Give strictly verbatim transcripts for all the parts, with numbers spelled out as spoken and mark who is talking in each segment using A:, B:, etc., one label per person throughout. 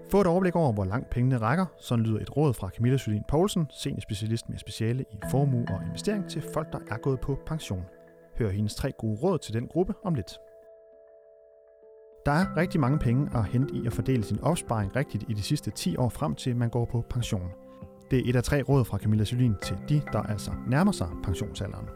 A: Få et overblik over, hvor langt pengene rækker. Sådan lyder et råd fra Camilla Sølin Poulsen, seniorspecialist med speciale i formue og investering til folk, der er gået på pension. Hør hendes tre gode råd til den gruppe om lidt. Der er rigtig mange penge at hente i at fordele sin opsparing rigtigt i de sidste ti år frem til man går på pension. Det er et af tre råd fra Camilla Sølin til de, der altså nærmer sig pensionsalderen.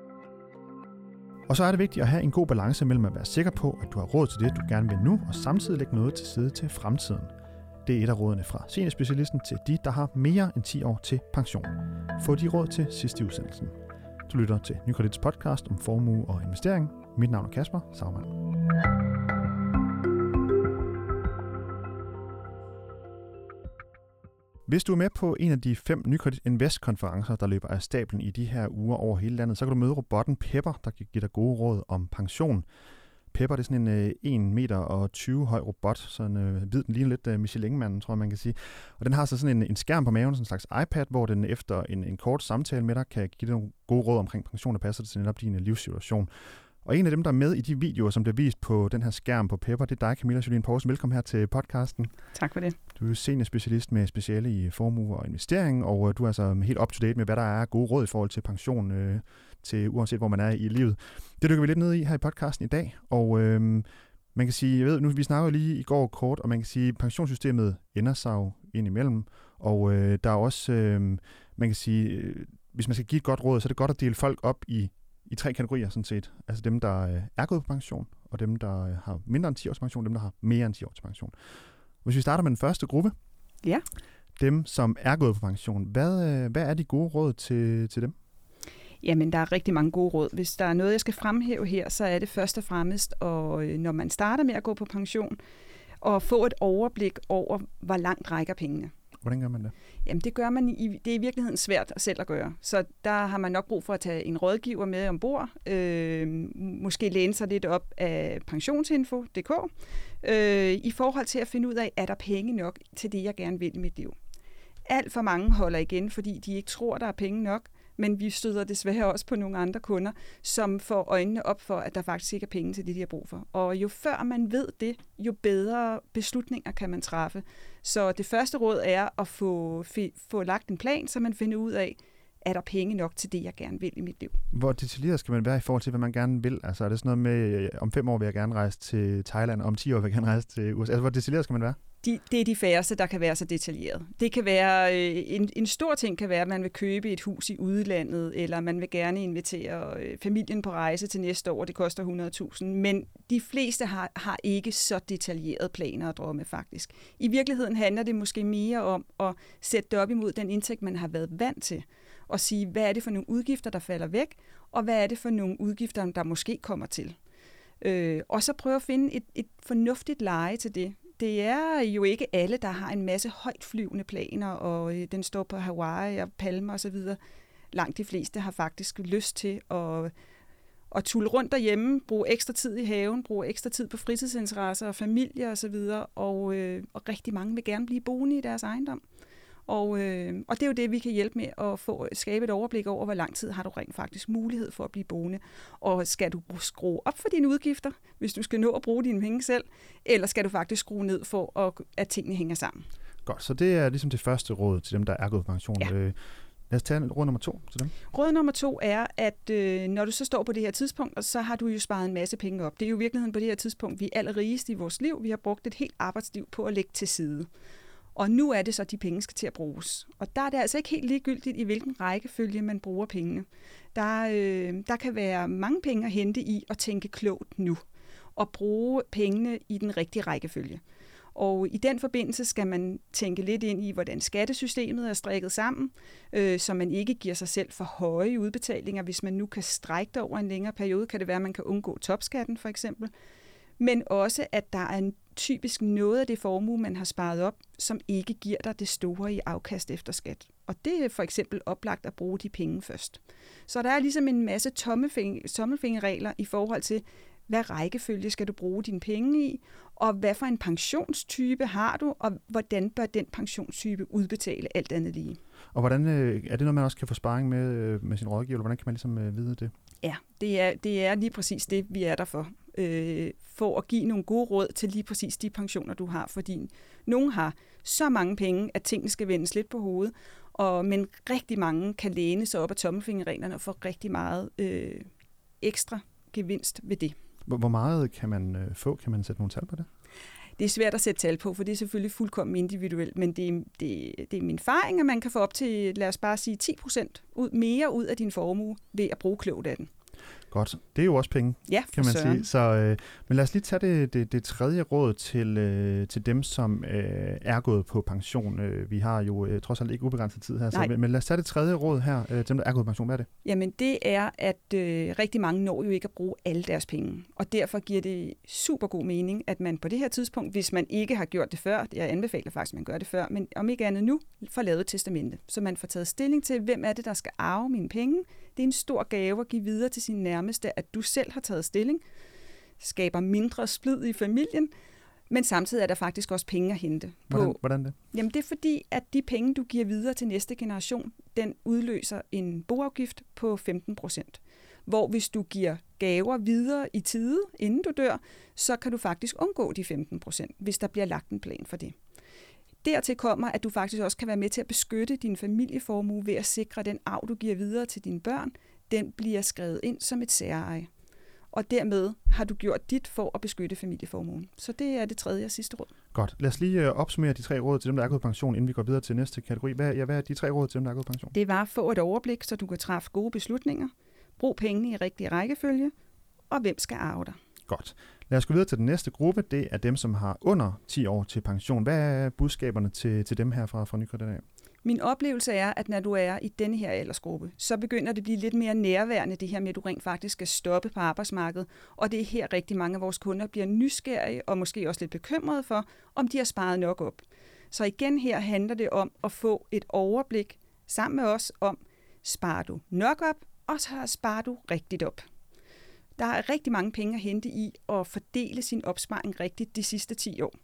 A: Og så er det vigtigt at have en god balance mellem at være sikker på, at du har råd til det, du gerne vil nu, og samtidig lægge noget til side til fremtiden. Det er et af rådene fra seniorspecialisten til de, der har mere end ti år til pension. Få de råd til sidst i udsendelsen. Du lytter til Nykredits podcast om formue og investering. Mit navn er Kasper Sagmann. Hvis du er med på en af de fem Nykredit Invest-konferencer, der løber af stablen i de her uger over hele landet, så kan du møde robotten Pepper, der kan give dig gode råd om pension. Pepper, det er sådan en en meter og tyve høj robot, sådan øh, hvid, den ligner lidt uh, Michelin-manden, tror jeg, man kan sige. Og den har så sådan en, en skærm på maven, sådan en slags iPad, hvor den efter en, en kort samtale med dig kan give dig nogle gode råd omkring pension, der passer til netop din livssituation. Og en af dem, der er med i de videoer, som bliver vist på den her skærm på Pepper, det er dig, Camilla Sølin Poulsen. Velkommen her til podcasten.
B: Tak for det.
A: Du er seniorspecialist med speciale i formue og investering, og du er altså helt up-to-date med, hvad der er gode råd i forhold til pension, øh, til uanset hvor man er i livet. Det dykker vi lidt ned i her i podcasten i dag, og øh, man kan sige, jeg ved, nu vi snakkede lige i går kort, og man kan sige, at pensionssystemet ender sig jo indimellem, og øh, der er også, øh, man kan sige, øh, hvis man skal give et godt råd, så er det godt at dele folk op i i tre kategorier sådan set. Altså dem, der er gået på pension, og dem, der har mindre end ti år til pension, dem, der har mere end ti år til pension. Hvis vi starter med den første gruppe,
B: ja.
A: Dem, som er gået på pension, hvad, hvad er de gode råd til, til dem?
B: Jamen, der er rigtig mange gode råd. Hvis der er noget, jeg skal fremhæve her, så er det først og fremmest, og når man starter med at gå på pension, at få et overblik over, hvor langt rækker pengene.
A: Hvordan gør man det?
B: Jamen det gør man i, det er i virkeligheden svært selv at gøre. Så der har man nok brug for at tage en rådgiver med ombord. Øh, måske læne sig lidt op af pensionsinfo punktum d k øh, i forhold til at finde ud af, er der penge nok til det, jeg gerne vil i mit liv. Alt for mange holder igen, fordi de ikke tror, der er penge nok. Men vi støder desværre også på nogle andre kunder, som får øjnene op for, at der faktisk ikke er penge til det, de har brug for. Og jo før man ved det, jo bedre beslutninger kan man træffe. Så det første råd er at få, få lagt en plan, så man finder ud af, er der penge nok til det, jeg gerne vil i mit liv.
A: Hvor detaljeret skal man være i forhold til, hvad man gerne vil? Altså er det sådan noget med, om fem år vil jeg gerne rejse til Thailand, og om ti år vil jeg gerne rejse til U S A? Altså hvor detaljeret skal man være?
B: De, det er de færreste, der kan være så detaljeret. Det kan være, øh, en, en stor ting kan være, at man vil købe et hus i udlandet, eller man vil gerne invitere øh, familien på rejse til næste år, det koster hundrede tusind. Men de fleste har, har ikke så detaljerede planer at drømme faktisk. I virkeligheden handler det måske mere om at sætte det op imod den indtægt, man har været vant til, og sige, hvad er det for nogle udgifter, der falder væk, og hvad er det for nogle udgifter, der måske kommer til. Øh, og så prøve at finde et, et fornuftigt leje til det. Det er jo ikke alle, der har en masse højtflyvende planer, og øh, den står på Hawaii og Palmer osv. Langt de fleste har faktisk lyst til at, at tulle rundt derhjemme, bruge ekstra tid i haven, bruge ekstra tid på fritidsinteresser og familie osv., og, øh, og rigtig mange vil gerne blive boende i deres ejendom. Og, øh, og det er jo det, vi kan hjælpe med at få skabe et overblik over, hvor lang tid har du rent faktisk mulighed for at blive boende. Og skal du skrue op for dine udgifter, hvis du skal nå at bruge dine penge selv, eller skal du faktisk skrue ned for, at, at tingene hænger sammen?
A: Godt, så det er ligesom det første råd til dem, der er gået på pension. Ja. Lad os tage råd nummer to til dem.
B: Råd nummer to er, at øh, når du så står på det her tidspunkt, så har du jo sparet en masse penge op. Det er jo i virkeligheden på det her tidspunkt, vi er allerrigest i vores liv. Vi har brugt et helt arbejdsliv på at lægge til side. Og nu er det så, at de penge skal til at bruges. Og der er det altså ikke helt ligegyldigt, i hvilken rækkefølge man bruger pengene. Der, øh, der kan være mange penge at hente i at tænke klogt nu, og bruge pengene i den rigtige rækkefølge. Og i den forbindelse skal man tænke lidt ind i, hvordan skattesystemet er strikket sammen, øh, så man ikke giver sig selv for høje udbetalinger. Hvis man nu kan strække det over en længere periode, kan det være, at man kan undgå topskatten for eksempel. Men også, at der er en typisk noget af det formue, man har sparet op, som ikke giver dig det store i afkast efter skat. Og det er for eksempel oplagt at bruge de penge først. Så der er ligesom en masse tommelfingerregler i forhold til, hvad rækkefølge skal du bruge dine penge i, og hvad for en pensionstype har du, og hvordan bør den pensionstype udbetale alt andet lige.
A: Og hvordan er det noget, man også kan få sparring med, med sin rådgiver, eller hvordan kan man ligesom vide det?
B: Ja, det er, det er lige præcis det, vi er der for. Øh, for at give nogle gode råd til lige præcis de pensioner, du har. Fordi nogen har så mange penge, at tingene skal vendes lidt på hovedet, og, men rigtig mange kan læne sig op af tommelfingerreglerne og få rigtig meget øh, ekstra gevinst ved det.
A: Hvor meget kan man øh, få? Kan man sætte nogle tal på det?
B: Det er svært at sætte tal på, for det er selvfølgelig fuldkommen individuelt, men det er, det, det er min erfaring, at man kan få op til, lad os bare sige, ti procent ud, mere ud af din formue ved at bruge klogt af den.
A: Godt. Det er jo også penge,
B: ja,
A: kan man
B: søren.
A: sige. Så, øh, men lad os lige tage det, det, det tredje råd til, øh, til dem, som øh, er gået på pension. Øh, vi har jo øh, trods alt ikke ubegrænset tid her, så, men lad os tage det tredje råd her øh, til dem, der er gået på pension. Hvad er det? Jamen
B: det er, at øh, rigtig mange når jo ikke at bruge alle deres penge, og derfor giver det super god mening, at man på det her tidspunkt, hvis man ikke har gjort det før, jeg anbefaler faktisk, at man gør det før, men om ikke andet nu, får lavet et testamente, så man får taget stilling til, hvem er det, der skal arve mine penge. Det er en stor gave at give videre til sine nærmeste, at du selv har taget stilling, skaber mindre splid i familien, men samtidig er der faktisk også penge at hente. På.
A: Hvordan, hvordan det?
B: Jamen det er fordi, at de penge, du giver videre til næste generation, den udløser en boafgift på femten procent. Hvor hvis du giver gaver videre i tide, inden du dør, så kan du faktisk undgå de femten procent, hvis der bliver lagt en plan for det. Dertil kommer, at du faktisk også kan være med til at beskytte din familieformue ved at sikre, at den arv, du giver videre til dine børn, den bliver skrevet ind som et særeje. Og dermed har du gjort dit for at beskytte familieformuen. Så det er det tredje og sidste råd.
A: Godt. Lad os lige opsummere de tre råd til dem, der er gået på pension, inden vi går videre til næste kategori. Hvad, ja, hvad er de tre råd til dem, der er gået på pension?
B: Det var at få et overblik, så du kan træffe gode beslutninger. Brug pengene i rigtig rækkefølge. Og hvem skal arve dig?
A: Godt. Lad os gå videre til den næste gruppe. Det er dem, som har under ti år til pension. Hvad er budskaberne til, til dem her fra, fra Nykredit?
B: Min oplevelse er, at når du er i denne her aldersgruppe, så begynder det at blive lidt mere nærværende, det her med, at du rent faktisk skal stoppe på arbejdsmarkedet. Og det er her rigtig mange af vores kunder bliver nysgerrige og måske også lidt bekymrede for, om de har sparet nok op. Så igen her handler det om at få et overblik sammen med os om, sparer du nok op, og så sparer du rigtigt op. Der er rigtig mange penge at hente i at fordele sin opsparing rigtigt de sidste ti år.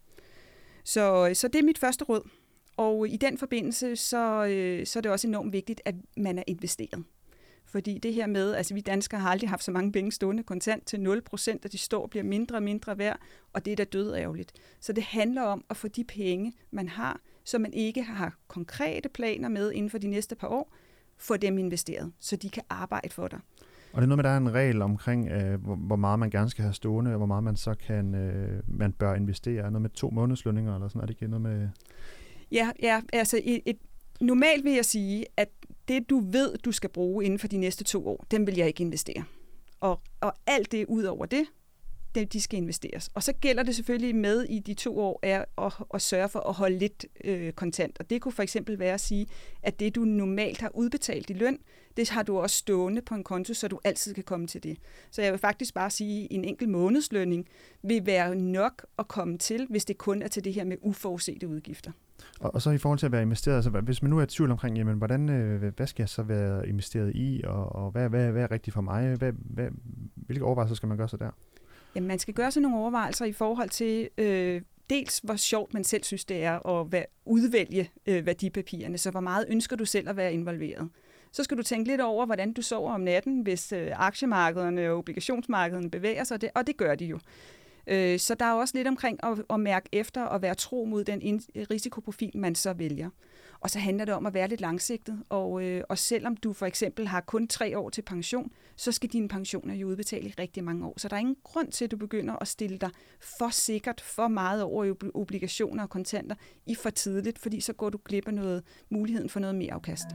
B: Så, så det er mit første råd. Og i den forbindelse, så, øh, så er det også enormt vigtigt, at man er investeret. Fordi det her med, altså vi danskere har aldrig haft så mange penge stående kontant til nul procent, at de står og bliver mindre og mindre værd, og det er da dødærgerligt. Så det handler om at få de penge, man har, så man ikke har konkrete planer med inden for de næste par år, få dem investeret, så de kan arbejde for dig.
A: Og det er noget med, der er en regel omkring, øh, hvor, hvor meget man gerne skal have stående, og hvor meget man så kan, øh, man bør investere. Noget med to månedslønninger eller sådan, er det ikke noget med...
B: Ja, ja, altså et, et, normalt vil jeg sige, at det du ved, du skal bruge inden for de næste to år, den vil jeg ikke investere. Og, og alt det ud over det, det, de skal investeres. Og så gælder det selvfølgelig med i de to år, er at, at sørge for at holde lidt øh, kontant. Og det kunne for eksempel være at sige, at det du normalt har udbetalt i løn, det har du også stående på en konto, så du altid kan komme til det. Så jeg vil faktisk bare sige, at en enkelt månedslønning vil være nok at komme til, hvis det kun er til det her med uforudsete udgifter.
A: Og, og så i forhold til at være investeret, altså hvis man nu er i tvivl omkring, jamen, hvordan, øh, hvad skal jeg så være investeret i, og, og hvad, hvad, hvad er rigtigt for mig? Hvad, hvad, hvilke overvejelser skal man gøre så der?
B: Jamen, man skal gøre sig nogle overvejelser i forhold til øh, dels, hvor sjovt man selv synes, det er at være, udvælge øh, værdipapirerne. Så hvor meget ønsker du selv at være involveret? Så skal du tænke lidt over, hvordan du sover om natten, hvis øh, aktiemarkederne og obligationsmarkederne bevæger sig, det, og det gør de jo. Øh, så der er også lidt omkring at, at mærke efter og være tro mod den in- risikoprofil, man så vælger. Og så handler det om at være lidt langsigtet, og, øh, og selvom du for eksempel har kun tre år til pension, så skal dine pensioner jo udbetale i rigtig mange år. Så der er ingen grund til, at du begynder at stille dig for sikkert, for meget over i obligationer og kontanter i for tidligt, fordi så går du glip af noget, muligheden for noget mere afkast.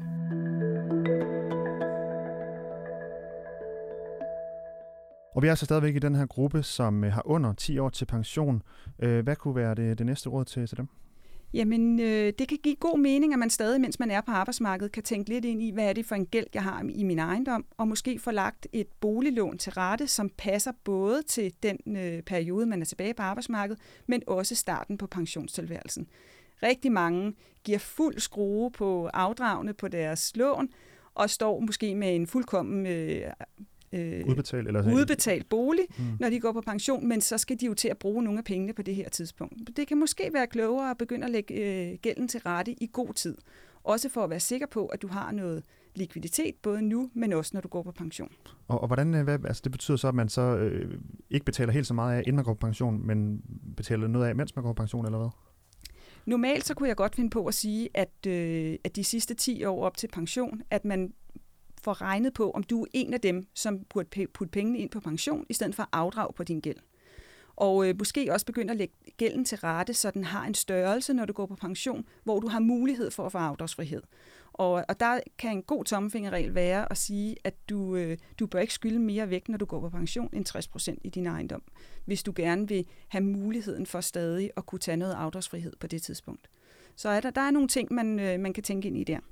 A: Og vi er altså stadigvæk i den her gruppe, som har under ti år til pension. Hvad kunne være det, det næste råd til, til dem?
B: Jamen, øh, det kan give god mening, at man stadig, mens man er på arbejdsmarkedet, kan tænke lidt ind i, hvad er det for en gæld, jeg har i min ejendom, og måske få lagt et boliglån til rette, som passer både til den øh, periode, man er tilbage på arbejdsmarkedet, men også starten på pensionstilværelsen. Rigtig mange giver fuld skrue på afdragene på deres lån, og står måske med en fuldkommen øh, øh,
A: udbetalt, eller
B: udbetalt bolig,
A: mm.
B: når de går på pension, men så skal de jo til at bruge nogle af pengene på det her tidspunkt. Det kan måske være klogere at begynde at lægge øh, gælden til rette i god tid. Også for at være sikker på, at du har noget likviditet, både nu, men også når du går på pension.
A: Og, og hvordan, hvad, altså det betyder så, at man så øh, ikke betaler helt så meget af, inden man går på pension, men betaler noget af, mens man går på pension, eller hvad?
B: Normalt så kunne jeg godt finde på at sige, at, øh, at de sidste ti år op til pension, at man får regnet på, om du er en af dem, som burde putte pengene ind på pension, i stedet for at afdrage på din gæld. Og øh, måske også begynde at lægge gælden til rette, så den har en størrelse, når du går på pension, hvor du har mulighed for at få afdragsfrihed. Og, og der kan en god tommelfingerregel være at sige, at du, øh, du bør ikke skylde mere væk, når du går på pension, end tres procent i din ejendom, hvis du gerne vil have muligheden for stadig at kunne tage noget afdragsfrihed på det tidspunkt. Så er der, der er nogle ting, man, øh, man kan tænke ind i der.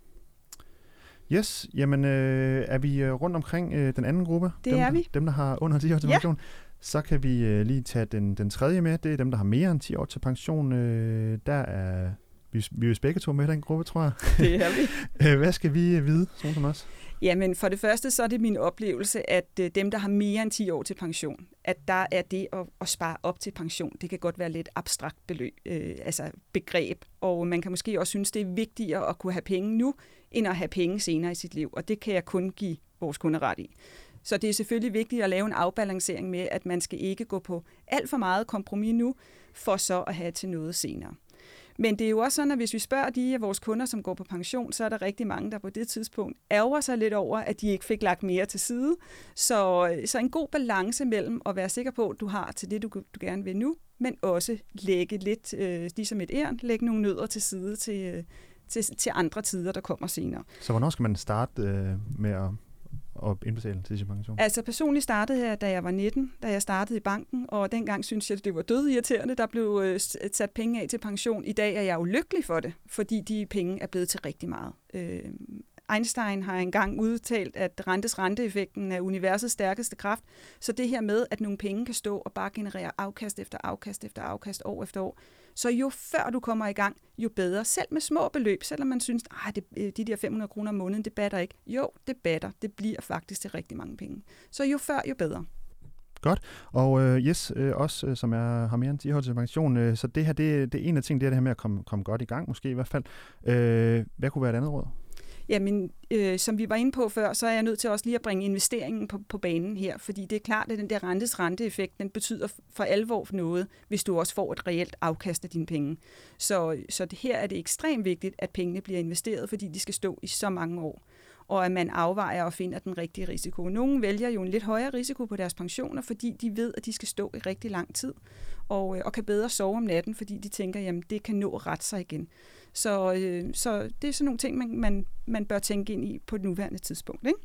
A: Yes, jamen øh, er vi rundt omkring øh, den anden gruppe?
B: Det
A: dem,
B: er vi.
A: Dem, der har under ti år til pension. Ja. Så kan vi øh, lige tage den, den tredje med. Det er dem, der har mere end ti år til pension. Øh, der er vi, vi er begge to med i den gruppe, tror jeg.
B: Det er vi.
A: Hvad skal vi vide, sådan som os?
B: Jamen, for det første, så er det min oplevelse, at øh, dem, der har mere end ti år til pension, at der er det at, at spare op til pension. Det kan godt være lidt abstrakt beløb, øh, altså begreb. Og man kan måske også synes, det er vigtigere at kunne have penge nu, end at have penge senere i sit liv. Og det kan jeg kun give vores kunder ret i. Så det er selvfølgelig vigtigt at lave en afbalancering med, at man skal ikke gå på alt for meget kompromis nu, for så at have til noget senere. Men det er jo også sådan, at hvis vi spørger de af vores kunder, som går på pension, så er der rigtig mange, der på det tidspunkt ærger sig lidt over, at de ikke fik lagt mere til side. Så, så en god balance mellem at være sikker på, at du har til det, du, du gerne vil nu, men også lægge lidt, øh, ligesom et æren, lægge nogle nødder til side til, til, til andre tider, der kommer senere.
A: Så hvornår skal man starte øh, med at og indbetale til sin pension?
B: Altså personligt startede jeg, da jeg var nitten, da jeg startede i banken, og dengang syntes jeg, det var dødirriterende. Der blev øh, sat penge af til pension. I dag er jeg jo lykkelig for det, fordi de penge er blevet til rigtig meget. Øh, Einstein har engang udtalt, at rentes renteeffekten er universets stærkeste kraft, så det her med, at nogle penge kan stå og bare generere afkast efter afkast efter afkast år efter år, så jo før du kommer i gang, jo bedre. Selv med små beløb, selvom man synes, at de der fem hundrede kroner om måneden, det batter ikke. Jo, det batter. Det bliver faktisk til rigtig mange penge. Så jo før, jo bedre.
A: Godt. Og øh, yes, øh, os, øh, som er, har mere end ti år til pension, øh, så det her, det, det er en af tingene, det er det her med at komme, komme godt i gang, måske i hvert fald. Øh, hvad kunne være et andet råd?
B: Jamen, øh, som vi var inde på før, så er jeg nødt til også lige at bringe investeringen på, på banen her, fordi det er klart, at den der rentes renteeffekt, den betyder for alvor noget, hvis du også får et reelt afkast af dine penge. Så, så det her er det ekstremt vigtigt, at pengene bliver investeret, fordi de skal stå i så mange år, og at man afvejer og finder den rigtige risiko. Nogle vælger jo en lidt højere risiko på deres pensioner, fordi de ved, at de skal stå i rigtig lang tid, og, og kan bedre sove om natten, fordi de tænker, jamen det kan nå at rette sig igen. Så, øh, så det er sådan nogle ting, man, man, man bør tænke ind i på det nuværende tidspunkt, ikke?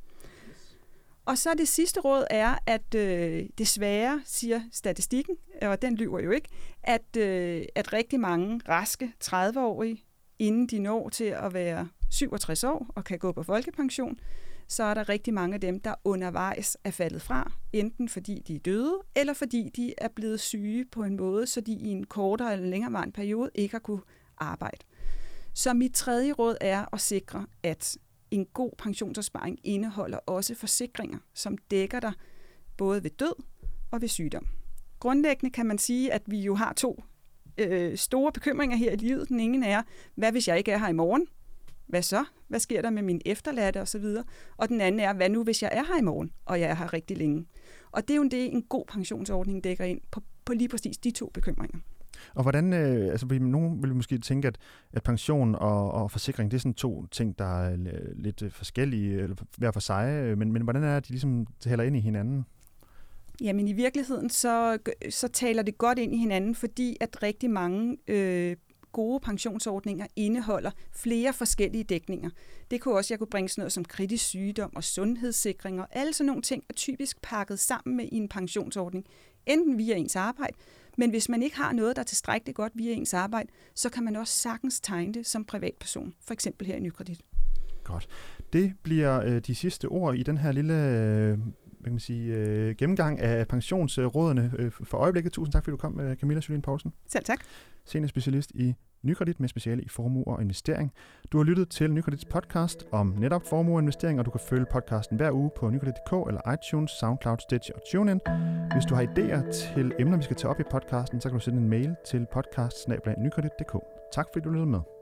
B: Og så det sidste råd er, at øh, desværre, siger statistikken, og den lyver jo ikke, at, øh, at rigtig mange raske tredive-årige, inden de når til at være syvogtres år og kan gå på folkepension, så er der rigtig mange af dem, der undervejs er faldet fra, enten fordi de er døde, eller fordi de er blevet syge på en måde, så de i en kortere eller længerevarende periode ikke har kunne arbejde. Så mit tredje råd er at sikre, at en god pensionsopsparing indeholder også forsikringer, som dækker dig både ved død og ved sygdom. Grundlæggende kan man sige, at vi jo har to øh, store bekymringer her i livet. Den ene er, hvad hvis jeg ikke er her i morgen? Hvad så? Hvad sker der med min efterladte osv.? Og den anden er, hvad nu hvis jeg er her i morgen, og jeg er her rigtig længe? Og det er jo det, en god pensionsordning dækker ind på, på lige præcis de to bekymringer.
A: Og hvordan, øh, altså nogen vil måske tænke, at, at pension og, og forsikring, det er sådan to ting, der er lidt forskellige, eller hver for sig, men, men hvordan er det, de ligesom taler ind i hinanden?
B: Jamen i virkeligheden, så, så taler det godt ind i hinanden, fordi at rigtig mange øh, gode pensionsordninger indeholder flere forskellige dækninger. Det kunne også, jeg kunne bringe sådan noget som kritisk sygdom og sundhedssikring, og alle sådan nogle ting er typisk pakket sammen med i en pensionsordning, enten via ens arbejde, men hvis man ikke har noget, der er tilstrækkeligt godt via ens arbejde, så kan man også sagtens tegne det som privatperson, for eksempel her i Nykredit.
A: Godt. Det bliver øh, de sidste ord i den her lille øh, hvad kan man sige, øh, gennemgang af pensionsrådene øh, for øjeblikket. Tusind tak, fordi du kom, Camilla Sølin Poulsen.
B: Selv tak.
A: Seniorspecialist i Nykredit med speciale i formue og investering. Du har lyttet til Nykredits podcast om netop formue og investering, og du kan følge podcasten hver uge på nykredit punktum d k eller iTunes, SoundCloud, Stitch og TuneIn. Hvis du har idéer til emner, vi skal tage op i podcasten, så kan du sende en mail til podcast snabel-a nykredit punktum d k. Tak fordi du lyttede med.